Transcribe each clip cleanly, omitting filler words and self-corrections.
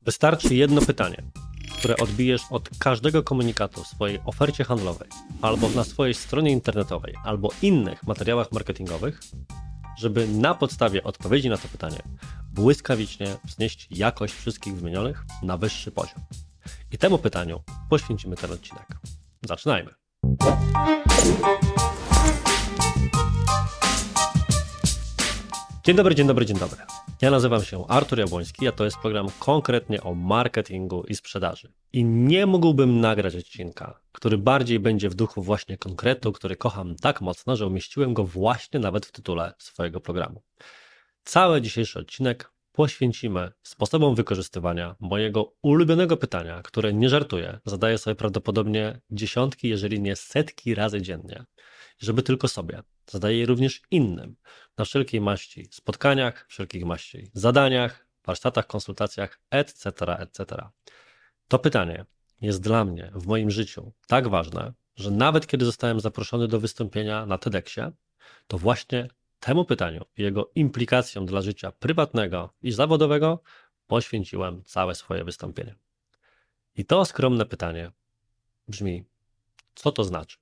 Wystarczy jedno pytanie, które odbijesz od każdego komunikatu w swojej ofercie handlowej, albo na swojej stronie internetowej, albo innych materiałach marketingowych, żeby na podstawie odpowiedzi na to pytanie błyskawicznie wznieść jakość wszystkich wymienionych na wyższy poziom. I temu pytaniu poświęcimy ten odcinek. Zaczynajmy. Dzień dobry. Ja nazywam się Artur Jabłoński, a to jest program konkretnie o marketingu i sprzedaży. I nie mógłbym nagrać odcinka, który bardziej będzie w duchu właśnie konkretu, który kocham tak mocno, że umieściłem go właśnie nawet w tytule swojego programu. Cały dzisiejszy odcinek poświęcimy sposobom wykorzystywania mojego ulubionego pytania, które nie żartuję, zadaję sobie prawdopodobnie dziesiątki, jeżeli nie setki razy dziennie, żeby tylko sobie, zadaję je również innym, na wszelkiej maści spotkaniach, wszelkich maści zadaniach, warsztatach, konsultacjach, etc., etc. To pytanie jest dla mnie w moim życiu tak ważne, że nawet kiedy zostałem zaproszony do wystąpienia na TEDxie, to właśnie temu pytaniu i jego implikacjom dla życia prywatnego i zawodowego poświęciłem całe swoje wystąpienie. I to skromne pytanie brzmi, co to znaczy?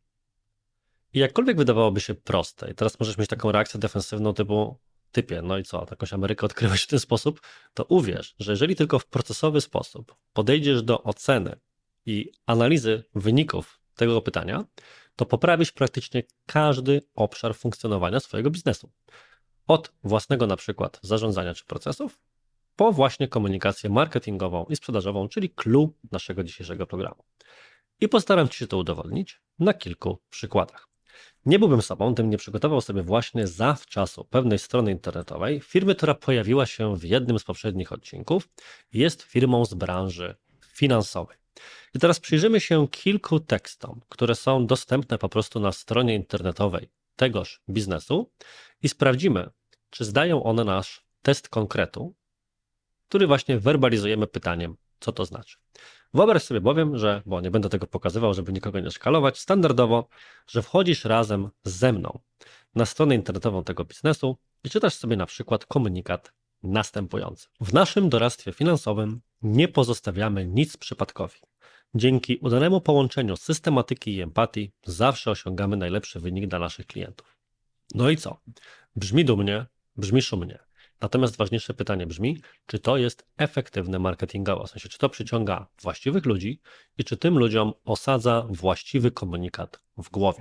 I jakkolwiek wydawałoby się proste, i teraz możesz mieć taką reakcję defensywną typu, typie, no i co, jakąś Amerykę odkryłeś w ten sposób, to uwierz, że jeżeli tylko w procesowy sposób podejdziesz do oceny i analizy wyników tego pytania, to poprawisz praktycznie każdy obszar funkcjonowania swojego biznesu. Od własnego na przykład zarządzania czy procesów, po właśnie komunikację marketingową i sprzedażową, czyli clue naszego dzisiejszego programu. I postaram Ci się to udowodnić na kilku przykładach. Nie byłbym sobą, gdybym nie przygotował sobie właśnie zawczasu pewnej strony internetowej, firmy, która pojawiła się w jednym z poprzednich odcinków, jest firmą z branży finansowej. I teraz przyjrzymy się kilku tekstom, które są dostępne po prostu na stronie internetowej tegoż biznesu i sprawdzimy, czy zdają one nasz test konkretu, który właśnie werbalizujemy pytaniem, co to znaczy. Wyobraź sobie bowiem, że, bo nie będę tego pokazywał, żeby nikogo nie szkalować, standardowo, że wchodzisz razem ze mną na stronę internetową tego biznesu i czytasz sobie na przykład komunikat następujący. W naszym doradztwie finansowym nie pozostawiamy nic przypadkowi. Dzięki udanemu połączeniu systematyki i empatii zawsze osiągamy najlepszy wynik dla naszych klientów. No i co? Brzmi dumnie, brzmi szumnie. Natomiast ważniejsze pytanie brzmi, czy to jest efektywne marketingowo, w sensie czy to przyciąga właściwych ludzi i czy tym ludziom osadza właściwy komunikat w głowie.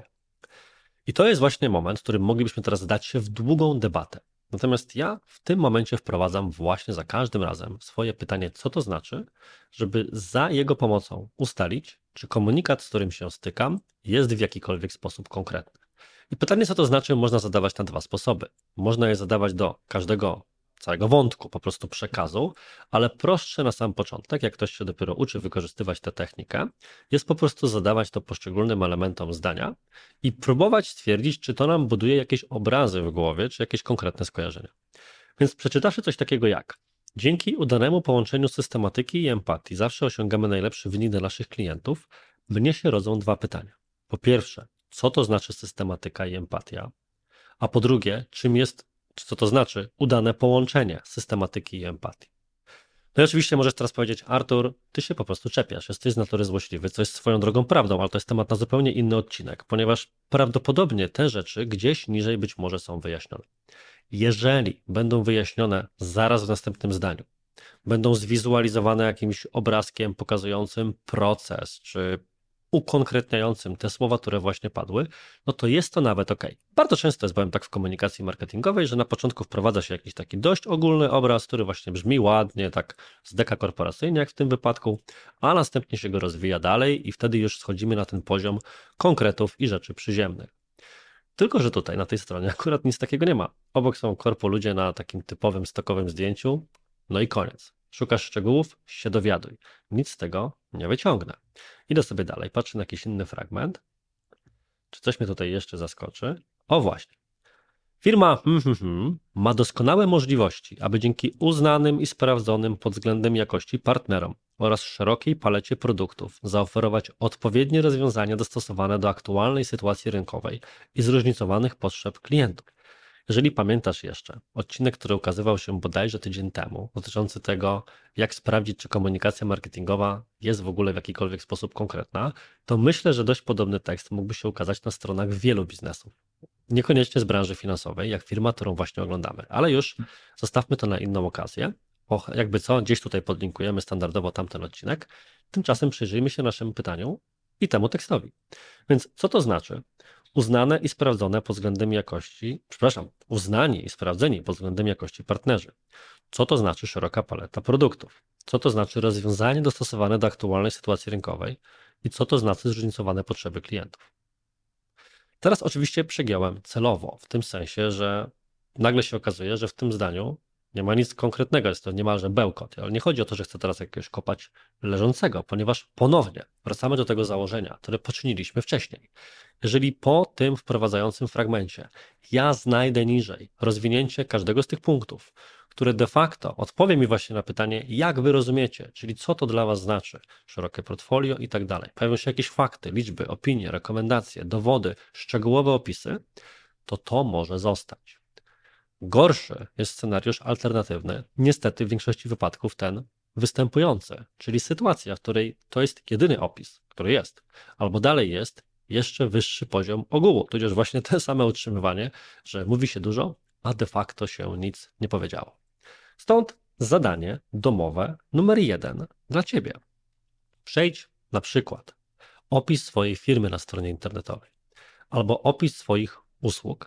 I to jest właśnie moment, w którym moglibyśmy teraz zdać się w długą debatę. Natomiast ja w tym momencie wprowadzam właśnie za każdym razem swoje pytanie, co to znaczy, żeby za jego pomocą ustalić, czy komunikat, z którym się stykam, jest w jakikolwiek sposób konkretny. I pytanie, co to znaczy, można zadawać na dwa sposoby. Można je zadawać do każdego całego wątku, po prostu przekazu, ale prostsze na sam początek, jak ktoś się dopiero uczy wykorzystywać tę technikę, jest po prostu zadawać to poszczególnym elementom zdania i próbować stwierdzić, czy to nam buduje jakieś obrazy w głowie, czy jakieś konkretne skojarzenia. Więc przeczytawszy coś takiego jak: dzięki udanemu połączeniu systematyki i empatii zawsze osiągamy najlepszy wynik dla naszych klientów, mnie się rodzą dwa pytania. Po pierwsze, co to znaczy systematyka i empatia? A po drugie, co to znaczy udane połączenie systematyki i empatii? No i oczywiście możesz teraz powiedzieć: Artur, ty się po prostu czepiasz, jesteś z natury złośliwy, co jest swoją drogą prawdą, ale to jest temat na zupełnie inny odcinek, ponieważ prawdopodobnie te rzeczy gdzieś niżej być może są wyjaśnione. Jeżeli będą wyjaśnione zaraz w następnym zdaniu, będą zwizualizowane jakimś obrazkiem pokazującym proces, czy ukonkretniającym te słowa, które właśnie padły, no to jest to nawet ok. Bardzo często jest bowiem tak w komunikacji marketingowej, że na początku wprowadza się jakiś taki dość ogólny obraz, który właśnie brzmi ładnie, tak z deka korporacyjnie jak w tym wypadku, a następnie się go rozwija dalej i wtedy już schodzimy na ten poziom konkretów i rzeczy przyziemnych. Tylko że tutaj na tej stronie akurat nic takiego nie ma. Obok są korpo ludzie na takim typowym stokowym zdjęciu, no i koniec. Szukasz szczegółów, się dowiaduj. Nic z tego nie wyciągnę. Idę sobie dalej, patrzę na jakiś inny fragment. Czy coś mnie tutaj jeszcze zaskoczy? O właśnie. Firma ma doskonałe możliwości, aby dzięki uznanym i sprawdzonym pod względem jakości partnerom oraz szerokiej palecie produktów zaoferować odpowiednie rozwiązania dostosowane do aktualnej sytuacji rynkowej i zróżnicowanych potrzeb klientów. Jeżeli pamiętasz jeszcze odcinek, który ukazywał się bodajże tydzień temu, dotyczący tego, jak sprawdzić, czy komunikacja marketingowa jest w ogóle w jakikolwiek sposób konkretna, to myślę, że dość podobny tekst mógłby się ukazać na stronach wielu biznesów. Niekoniecznie z branży finansowej, jak firma, którą właśnie oglądamy, ale już zostawmy to na inną okazję. Jakby co, gdzieś tutaj podlinkujemy standardowo tamten odcinek. Tymczasem przyjrzyjmy się naszemu pytaniu i temu tekstowi. Więc co to znaczy? Uznane i sprawdzone pod względem jakości, uznani i sprawdzeni pod względem jakości partnerzy. Co to znaczy szeroka paleta produktów? Co to znaczy rozwiązanie dostosowane do aktualnej sytuacji rynkowej? I co to znaczy zróżnicowane potrzeby klientów? Teraz oczywiście przegiąłem celowo, w tym sensie, że nagle się okazuje, że w tym zdaniu nie ma nic konkretnego, jest to niemalże bełkot, ale nie chodzi o to, że chcę teraz jakiegoś kopać leżącego, ponieważ ponownie wracamy do tego założenia, które poczyniliśmy wcześniej. Jeżeli po tym wprowadzającym fragmencie ja znajdę niżej rozwinięcie każdego z tych punktów, które de facto odpowie mi właśnie na pytanie, jak wy rozumiecie, czyli co to dla was znaczy, szerokie portfolio i tak dalej. Pojawią się jakieś fakty, liczby, opinie, rekomendacje, dowody, szczegółowe opisy, to może zostać. Gorszy jest scenariusz alternatywny, niestety w większości wypadków ten występujący, czyli sytuacja, w której to jest jedyny opis, który jest, albo dalej jest jeszcze wyższy poziom ogółu, tudzież właśnie te same utrzymywanie, że mówi się dużo, a de facto się nic nie powiedziało. Stąd zadanie domowe numer 1 dla Ciebie. Przejdź na przykład opis swojej firmy na stronie internetowej albo opis swoich usług,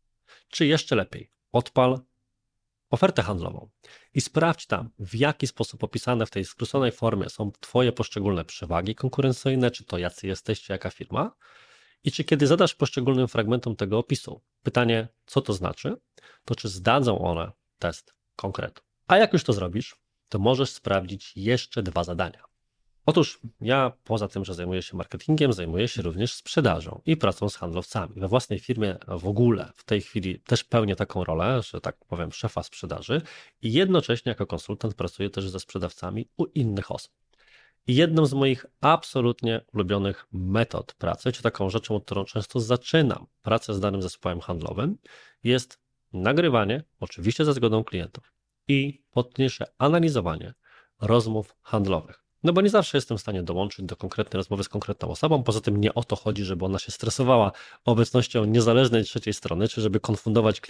czy jeszcze lepiej, odpal ofertę handlową i sprawdź tam, w jaki sposób opisane w tej skróconej formie są Twoje poszczególne przewagi konkurencyjne, czy to jacy jesteście, jaka firma i czy kiedy zadasz poszczególnym fragmentom tego opisu pytanie, co to znaczy, to czy zdadzą one test konkretu. A jak już to zrobisz, to możesz sprawdzić jeszcze 2 zadania. Otóż ja poza tym, że zajmuję się marketingiem, zajmuję się również sprzedażą i pracą z handlowcami. We własnej firmie w ogóle w tej chwili też pełnię taką rolę, że tak powiem, szefa sprzedaży i jednocześnie jako konsultant pracuję też ze sprzedawcami u innych osób. I jedną z moich absolutnie ulubionych metod pracy, czy taką rzeczą, od którą często zaczynam pracę z danym zespołem handlowym, jest nagrywanie, oczywiście za zgodą klientów, i późniejsze analizowanie rozmów handlowych. No bo nie zawsze jestem w stanie dołączyć do konkretnej rozmowy z konkretną osobą, poza tym nie o to chodzi, żeby ona się stresowała obecnością niezależnej trzeciej strony, czy żeby konfundować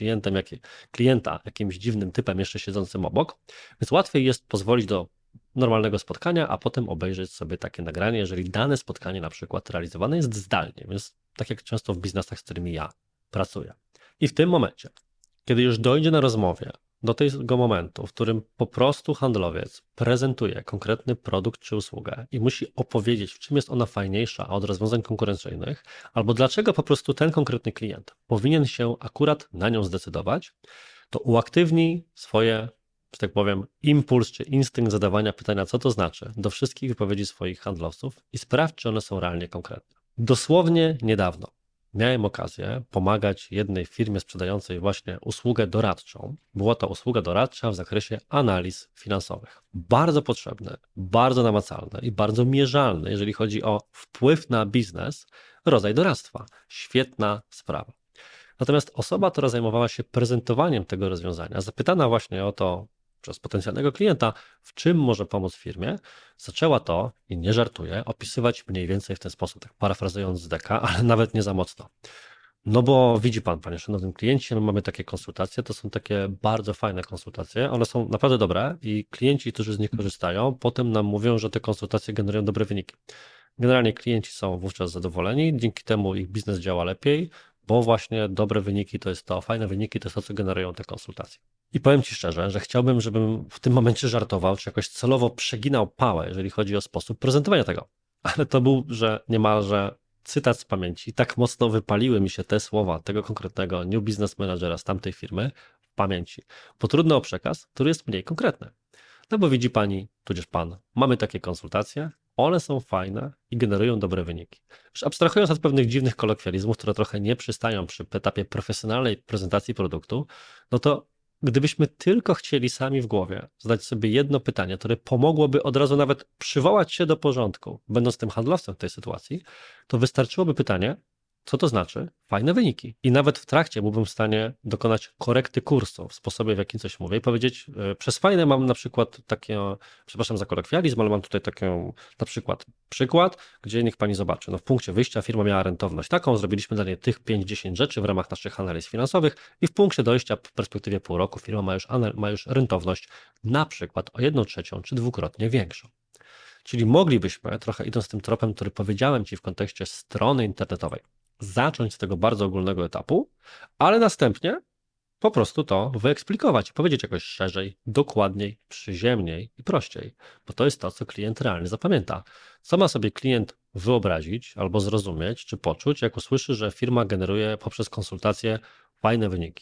klienta jakimś dziwnym typem jeszcze siedzącym obok, więc łatwiej jest pozwolić do normalnego spotkania, a potem obejrzeć sobie takie nagranie, jeżeli dane spotkanie na przykład realizowane jest zdalnie, więc tak jak często w biznesach, z którymi ja pracuję. I w tym momencie, kiedy już dojdzie na rozmowie do tego momentu, w którym po prostu handlowiec prezentuje konkretny produkt czy usługę i musi opowiedzieć, w czym jest ona fajniejsza od rozwiązań konkurencyjnych, albo dlaczego po prostu ten konkretny klient powinien się akurat na nią zdecydować, to uaktywnij swoje, że tak powiem, impuls czy instynkt zadawania pytania, co to znaczy, do wszystkich wypowiedzi swoich handlowców i sprawdź, czy one są realnie konkretne. Dosłownie niedawno miałem okazję pomagać jednej firmie sprzedającej właśnie usługę doradczą. Była to usługa doradcza w zakresie analiz finansowych. Bardzo potrzebny, bardzo namacalny i bardzo mierzalny, jeżeli chodzi o wpływ na biznes, rodzaj doradztwa. Świetna sprawa. Natomiast osoba, która zajmowała się prezentowaniem tego rozwiązania, zapytana właśnie o to przez potencjalnego klienta, w czym może pomóc firmie, zaczęła to, i nie żartuję, opisywać mniej więcej w ten sposób, tak parafrazując z deka, ale nawet nie za mocno. No bo widzi pan, panie szanownym kliencie, my mamy takie konsultacje, to są takie bardzo fajne konsultacje, one są naprawdę dobre i klienci, którzy z nich korzystają, potem nam mówią, że te konsultacje generują dobre wyniki. Generalnie klienci są wówczas zadowoleni, dzięki temu ich biznes działa lepiej, bo właśnie dobre wyniki to jest to, fajne wyniki to jest to, co generują te konsultacje. I powiem Ci szczerze, że chciałbym, żebym w tym momencie żartował, czy jakoś celowo przeginał pałę, jeżeli chodzi o sposób prezentowania tego. Ale to był, że niemalże cytat z pamięci. Tak mocno wypaliły mi się te słowa tego konkretnego new business managera z tamtej firmy w pamięci. Bo trudno o przekaz, który jest mniej konkretny. No bo widzi Pani, tudzież Pan, mamy takie konsultacje, one są fajne i generują dobre wyniki. Już abstrahując od pewnych dziwnych kolokwializmów, które trochę nie przystają przy etapie profesjonalnej prezentacji produktu, no to gdybyśmy tylko chcieli sami w głowie zadać sobie jedno pytanie, które pomogłoby od razu nawet przywołać się do porządku, będąc tym handlowcem w tej sytuacji, to wystarczyłoby pytanie, Co to znaczy? Fajne wyniki. I nawet w trakcie byłbym w stanie dokonać korekty kursu w sposobie, w jakim coś mówię i powiedzieć, przez fajne mam na przykład takie, przepraszam za kolokwializm, ale mam tutaj taką na przykład, gdzie niech pani zobaczy. No w punkcie wyjścia firma miała rentowność taką, zrobiliśmy dla niej tych 5-10 rzeczy w ramach naszych analiz finansowych i w punkcie dojścia w perspektywie pół roku firma ma już rentowność na przykład o 1/3 czy dwukrotnie większą. Czyli moglibyśmy, trochę idąc tym tropem, który powiedziałem Ci w kontekście strony internetowej, zacząć z tego bardzo ogólnego etapu, ale następnie po prostu to wyeksplikować, powiedzieć jakoś szerzej, dokładniej, przyziemniej i prościej, bo to jest to, co klient realnie zapamięta. Co ma sobie klient wyobrazić albo zrozumieć, czy poczuć, jak usłyszy, że firma generuje poprzez konsultacje fajne wyniki.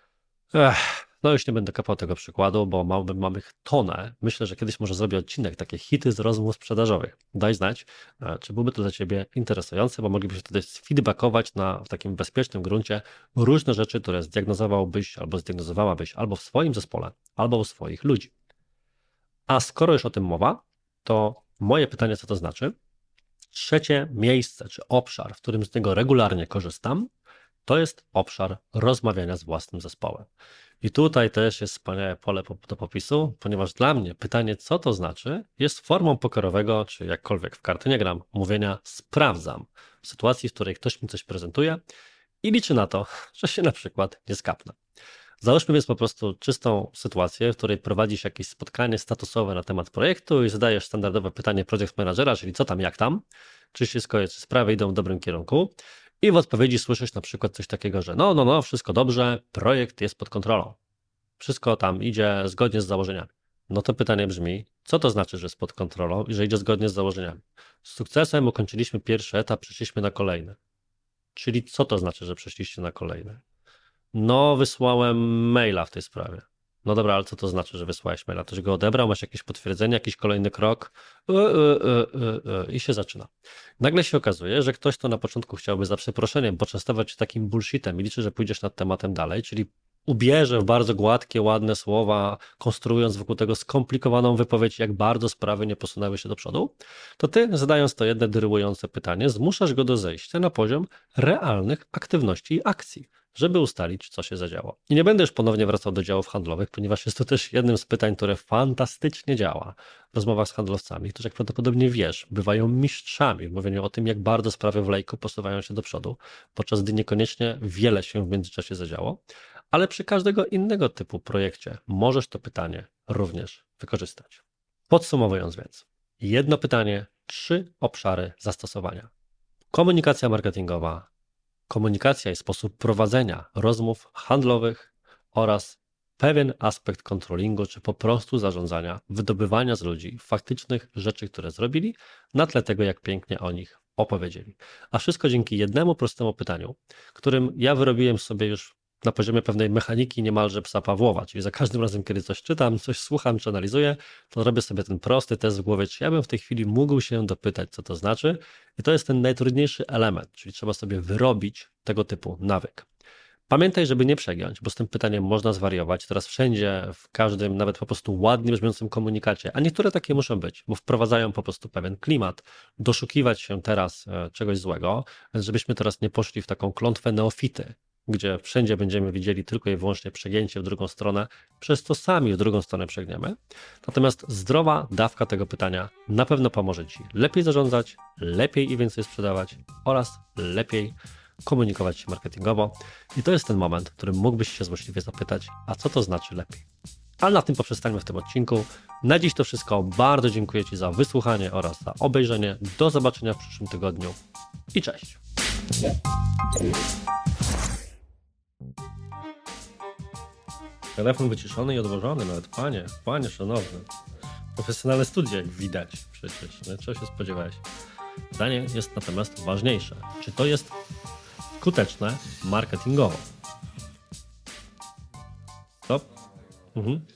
No już nie będę kapał tego przykładu, bo mamy ich tonę. Myślę, że kiedyś może zrobię odcinek, takie hity z rozmów sprzedażowych. Daj znać, czy byłby to dla Ciebie interesujące, bo moglibyśmy wtedy sfeedbackować w takim bezpiecznym gruncie różne rzeczy, które zdiagnozowałbyś albo zdiagnozowałabyś albo w swoim zespole, albo u swoich ludzi. A skoro już o tym mowa, to moje pytanie, co to znaczy? Trzecie miejsce czy obszar, w którym z niego regularnie korzystam, to jest obszar rozmawiania z własnym zespołem. I tutaj też jest wspaniałe pole do popisu, ponieważ dla mnie pytanie, co to znaczy, jest formą pokerowego, czy jakkolwiek w karty nie gram, mówienia sprawdzam w sytuacji, w której ktoś mi coś prezentuje i liczy na to, że się na przykład nie skapnę. Załóżmy więc po prostu czystą sytuację, w której prowadzisz jakieś spotkanie statusowe na temat projektu i zadajesz standardowe pytanie project managera, czyli co tam, jak tam, czy wszystko jest, czy sprawy idą w dobrym kierunku. I w odpowiedzi słyszysz na przykład coś takiego, że no, wszystko dobrze, projekt jest pod kontrolą. Wszystko tam idzie zgodnie z założeniami. No to pytanie brzmi, co to znaczy, że jest pod kontrolą i że idzie zgodnie z założeniami? Z sukcesem ukończyliśmy pierwszy etap, przeszliśmy na kolejny. Czyli co to znaczy, że przeszliście na kolejny? No, wysłałem maila w tej sprawie. No dobra, ale co to znaczy, że wysłałeś maila? Ktoś go odebrał, masz jakieś potwierdzenie, jakiś kolejny krok i się zaczyna. Nagle się okazuje, że ktoś, kto na początku chciałby za przeproszeniem poczęstować się takim bullshitem i liczy, że pójdziesz nad tematem dalej, czyli ubierze w bardzo gładkie, ładne słowa, konstruując wokół tego skomplikowaną wypowiedź, jak bardzo sprawy nie posunęły się do przodu, to ty, zadając to jedno dyryłujące pytanie, zmuszasz go do zejścia na poziom realnych aktywności i akcji, żeby ustalić, co się zadziało. I nie będę już ponownie wracał do działów handlowych, ponieważ jest to też jednym z pytań, które fantastycznie działa w rozmowach z handlowcami, którzy, jak prawdopodobnie wiesz, bywają mistrzami w mówieniu o tym, jak bardzo sprawy w lejku posuwają się do przodu, podczas gdy niekoniecznie wiele się w międzyczasie zadziało, ale przy każdego innego typu projekcie możesz to pytanie również wykorzystać. Podsumowując więc, jedno pytanie, 3 obszary zastosowania. Komunikacja marketingowa, komunikacja i sposób prowadzenia rozmów handlowych oraz pewien aspekt controllingu, czy po prostu zarządzania, wydobywania z ludzi faktycznych rzeczy, które zrobili, na tle tego, jak pięknie o nich opowiedzieli. A wszystko dzięki jednemu prostemu pytaniu, którym ja wyrobiłem sobie już na poziomie pewnej mechaniki niemalże psa Pawłowa, czyli za każdym razem, kiedy coś czytam, coś słucham czy analizuję, to robię sobie ten prosty test w głowie, czy ja bym w tej chwili mógł się dopytać, co to znaczy, i to jest ten najtrudniejszy element, czyli trzeba sobie wyrobić tego typu nawyk. Pamiętaj, żeby nie przegiąć, bo z tym pytaniem można zwariować teraz wszędzie, w każdym, nawet po prostu ładnie brzmiącym komunikacie, a niektóre takie muszą być, bo wprowadzają po prostu pewien klimat, doszukiwać się teraz czegoś złego, więc żebyśmy teraz nie poszli w taką klątwę neofity, gdzie wszędzie będziemy widzieli tylko i wyłącznie przegięcie w drugą stronę, przez to sami w drugą stronę przegniemy. Natomiast zdrowa dawka tego pytania na pewno pomoże Ci lepiej zarządzać, lepiej i więcej sprzedawać oraz lepiej komunikować się marketingowo. I to jest ten moment, w którym mógłbyś się złośliwie zapytać, a co to znaczy lepiej? Ale na tym poprzestańmy w tym odcinku. Na dziś to wszystko. Bardzo dziękuję Ci za wysłuchanie oraz za obejrzenie. Do zobaczenia w przyszłym tygodniu i cześć! Telefon wyciszony i odłożony, nawet panie szanowny. Profesjonalne studia, jak widać przecież. No, czego się spodziewałeś? Pytanie jest natomiast ważniejsze. Czy to jest skuteczne marketingowo? Stop.